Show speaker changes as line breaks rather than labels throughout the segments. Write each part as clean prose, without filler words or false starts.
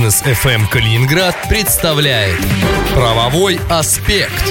Бизнес FM Калининград представляет «Правовой аспект».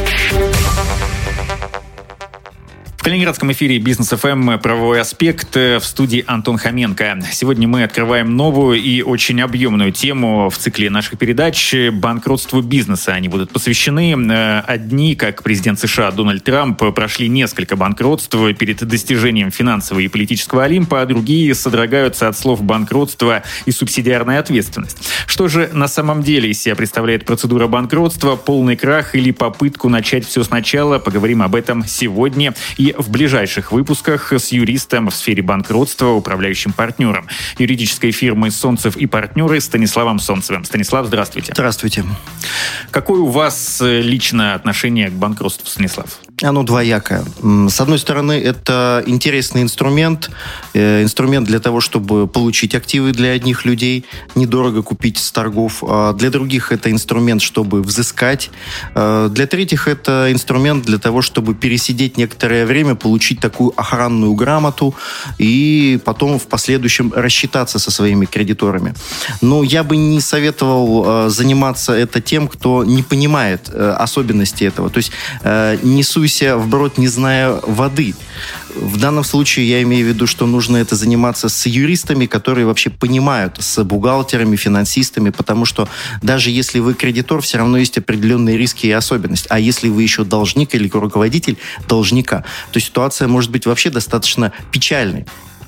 В калининградском эфире Бизнес ФМ «Правовой аспект», в студии Антон Хоменко. Сегодня мы открываем новую и очень объемную тему в цикле наших передач «Банкротству бизнеса». Они будут посвящены. Одни, как президент США Дональд Трамп, прошли несколько банкротств перед достижением финансового и политического олимпа, а другие содрогаются от слов «банкротство» и «субсидиарная ответственность». Что же на самом деле из себя представляет процедура банкротства, полный крах или попытку начать все сначала? Поговорим об этом сегодня и в ближайших выпусках с юристом в сфере банкротства, управляющим партнером юридической фирмы «Солнцев и партнеры» Станиславом Солнцевым. Станислав, здравствуйте.
Здравствуйте.
Какое у вас личное отношение к банкротству, Станислав?
Оно двоякое. С одной стороны, это интересный инструмент для того, чтобы получить активы для одних людей, недорого купить с торгов. Для других это инструмент, чтобы взыскать. Для третьих это инструмент для того, чтобы пересидеть некоторое время, получить такую охранную грамоту и потом в последующем рассчитаться со своими кредиторами. Но я бы не советовал заниматься это тем, кто не понимает особенности этого. То есть не суйся вброд, не зная воды. В данном случае я имею в виду, что нужно это заниматься с юристами, которые вообще понимают, с бухгалтерами, финансистами, потому что даже если вы кредитор, все равно есть определенные риски и особенности. А если вы еще должник или руководитель должника, то ситуация может быть вообще достаточно печальной.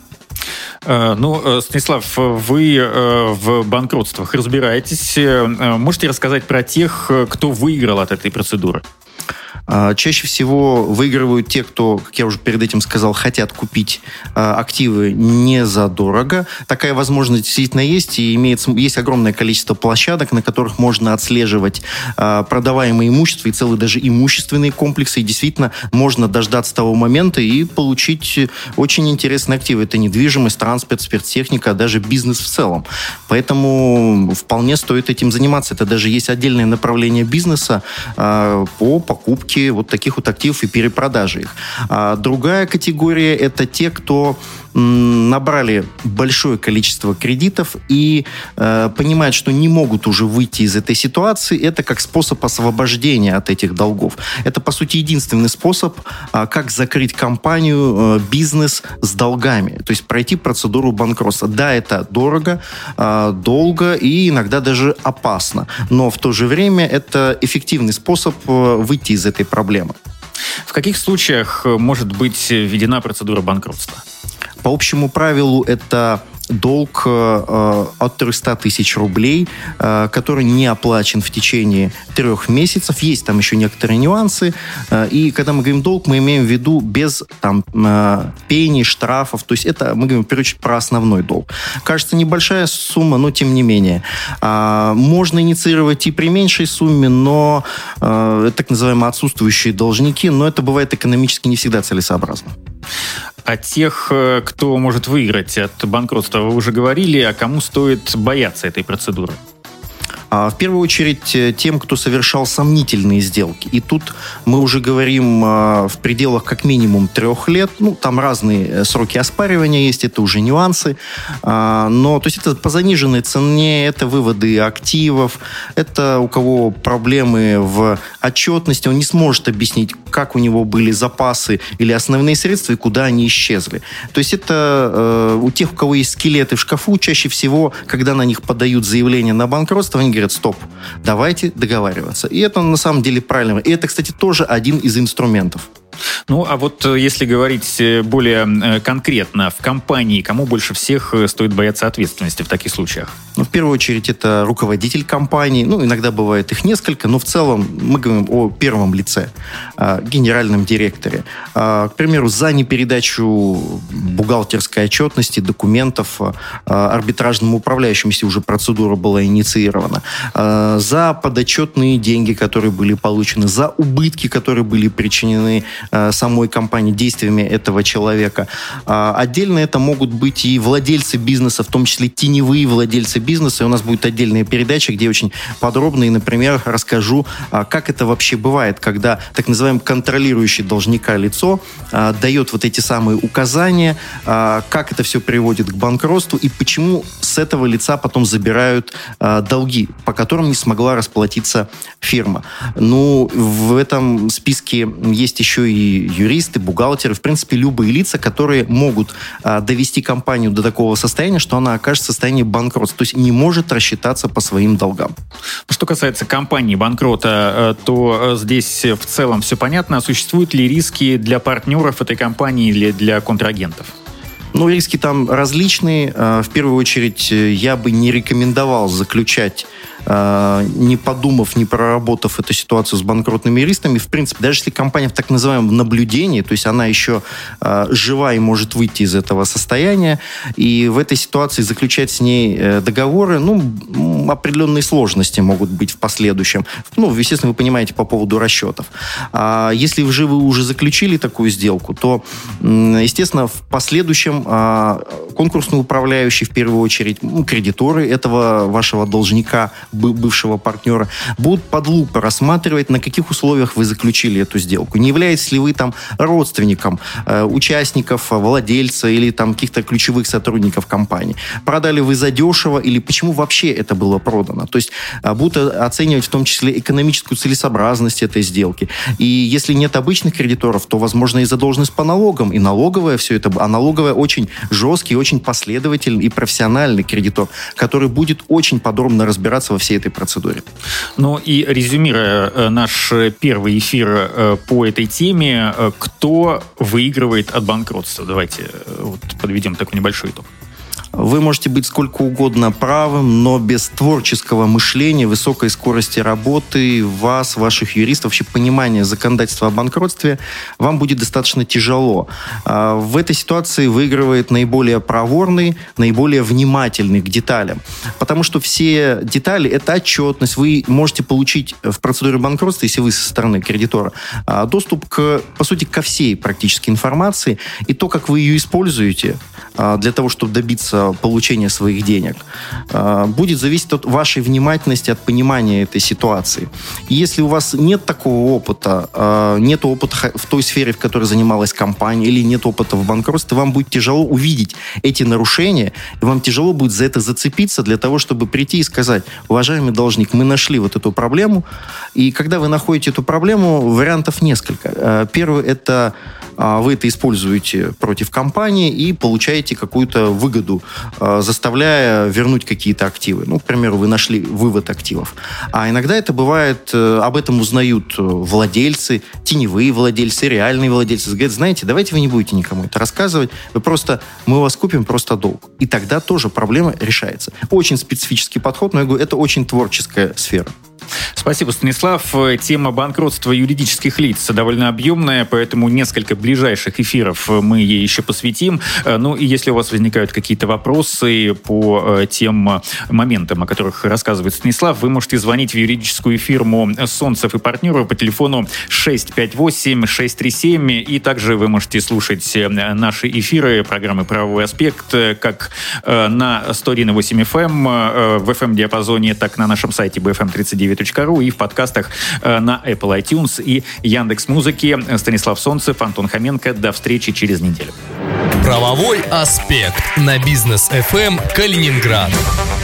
Станислав, вы в банкротствах разбираетесь. Можете рассказать про тех, кто выиграл от этой процедуры?
Чаще всего выигрывают те, кто, как я уже перед этим сказал, хотят купить активы не задорого. Такая возможность действительно есть, и есть огромное количество площадок, на которых можно отслеживать продаваемое имущество и целые даже имущественные комплексы. И действительно можно дождаться того момента и получить очень интересные активы. Это недвижимость, транспорт, спецтехника, а даже бизнес в целом. Поэтому вполне стоит этим заниматься. Это даже есть отдельное направление бизнеса по покупке вот таких вот активов и перепродажи их. А другая категория – это те, кто набрали большое количество кредитов и понимают, что не могут уже выйти из этой ситуации. Это как способ освобождения от этих долгов. Это, по сути, единственный способ, как закрыть компанию, бизнес с долгами. То есть пройти процедуру банкротства. Да, это дорого, долго и иногда даже опасно. Но в то же время это эффективный способ выйти из этой проблемы.
В каких случаях может быть введена процедура банкротства?
По общему правилу это долг от 300 тысяч рублей, который не оплачен в течение 3 месяцев. Есть там еще некоторые нюансы. И когда мы говорим долг, мы имеем в виду без пений, штрафов. То есть это мы говорим, в первую очередь, про основной долг. Кажется, небольшая сумма, но тем не менее. Можно инициировать и при меньшей сумме, но так называемые отсутствующие должники, но это бывает экономически не всегда целесообразно.
О тех, кто может выиграть от банкротства, вы уже говорили, а кому стоит бояться этой процедуры?
В первую очередь тем, кто совершал сомнительные сделки. И тут мы уже говорим в пределах как минимум 3 лет. Там разные сроки оспаривания есть, это уже нюансы. Но то есть это по заниженной цене, это выводы активов, это у кого проблемы в отчетности, он не сможет объяснить, как у него были запасы или основные средства и куда они исчезли. То есть это у тех, у кого есть скелеты в шкафу, чаще всего, когда на них подают заявление на банкротство, они говорят: стоп, давайте договариваться. И это на самом деле правильно. И это, кстати, тоже один из инструментов.
А вот если говорить более конкретно, в компании кому больше всех стоит бояться ответственности в таких случаях?
В первую очередь это руководитель компании. Иногда бывает их несколько, но в целом мы говорим о первом лице, генеральном директоре. К примеру, за непередачу бухгалтерской отчетности, документов арбитражному управляющему, если уже процедура была инициирована, за подотчетные деньги, которые были получены, за убытки, которые были причинены самой компании действиями этого человека. Отдельно это могут быть и владельцы бизнеса, в том числе теневые владельцы бизнеса, бизнеса, и у нас будет отдельная передача, где очень подробно и, например, расскажу, как это вообще бывает, когда так называемое контролирующее должника лицо дает вот эти самые указания, как это все приводит к банкротству и почему с этого лица потом забирают долги, по которым не смогла расплатиться фирма. Ну, в этом списке есть еще и юристы, бухгалтеры, в принципе, любые лица, которые могут довести компанию до такого состояния, что она окажется в состоянии банкротства, то есть не может рассчитаться по своим долгам.
Что касается компании банкрота, то здесь в целом все понятно. Существуют ли риски для партнеров этой компании или для контрагентов?
Ну, риски там различные. В первую очередь, я бы не рекомендовал заключать, не подумав, не проработав эту ситуацию с банкротными юристами. В принципе, даже если компания в так называемом наблюдении, то есть она еще жива и может выйти из этого состояния, и в этой ситуации заключать с ней договоры, ну, определенные сложности могут быть в последующем. Ну, естественно, вы понимаете по поводу расчетов. А если вы уже заключили такую сделку, то, естественно, в последующем конкурсный управляющий, в первую очередь, кредиторы этого вашего должника, бывшего партнера, будут под лупой рассматривать, на каких условиях вы заключили эту сделку. Не являетесь ли вы там родственником участников, владельца или там каких-то ключевых сотрудников компании. Продали вы задешево или почему вообще это было продано. То есть будут оценивать в том числе экономическую целесообразность этой сделки. И если нет обычных кредиторов, то, возможно, и задолженность по налогам, и налоговая все это. А налоговая очень жесткий, очень последовательный и профессиональный кредитор, который будет очень подробно разбираться во всей этой процедуре.
Ну и резюмируя наш первый эфир по этой теме, кто выигрывает от банкротства? Давайте подведем такой небольшой итог.
Вы можете быть сколько угодно правым, но без творческого мышления, высокой скорости работы, вас, ваших юристов, вообще понимания законодательства о банкротстве, вам будет достаточно тяжело. В этой ситуации выигрывает наиболее проворный, наиболее внимательный к деталям. Потому что все детали – это отчетность. Вы можете получить в процедуре банкротства, если вы со стороны кредитора, доступ по сути, ко всей практически информации. И то, как вы ее используете для того, чтобы добиться получения своих денег, будет зависеть от вашей внимательности, от понимания этой ситуации. И если у вас нет такого опыта, нет опыта в той сфере, в которой занималась компания, или нет опыта в банкротстве, вам будет тяжело увидеть эти нарушения, и вам тяжело будет за это зацепиться для того, чтобы прийти и сказать: уважаемый должник, мы нашли вот эту проблему. И когда вы находите эту проблему, вариантов несколько. Первый – это вы это используете против компании и получаете какую-то выгоду, заставляя вернуть какие-то активы. Ну, к примеру, вы нашли вывод активов. А иногда это бывает, об этом узнают владельцы, теневые владельцы, реальные владельцы. Говорят: знаете, давайте вы не будете никому это рассказывать, мы у вас купим просто долг. И тогда тоже проблема решается. Очень специфический подход, но я говорю, это очень творческая сфера.
Спасибо, Станислав. Тема банкротства юридических лиц довольно объемная, поэтому несколько ближайших эфиров мы ей еще посвятим. Ну и если у вас возникают какие-то вопросы по тем моментам, о которых рассказывает Станислав, вы можете звонить в юридическую фирму «Солнцев и партнеры» по телефону 658-637, и также вы можете слушать наши эфиры программы «Правовой аспект» как на 101.8 FM в FM-диапазоне, так на нашем сайте bfm39.ru и в подкастах на Apple iTunes и Яндекс.Музыке. Станислав Солнцев, Антон Хоменко. До встречи через неделю.
Правовой аспект на Бизнес FM Калининград.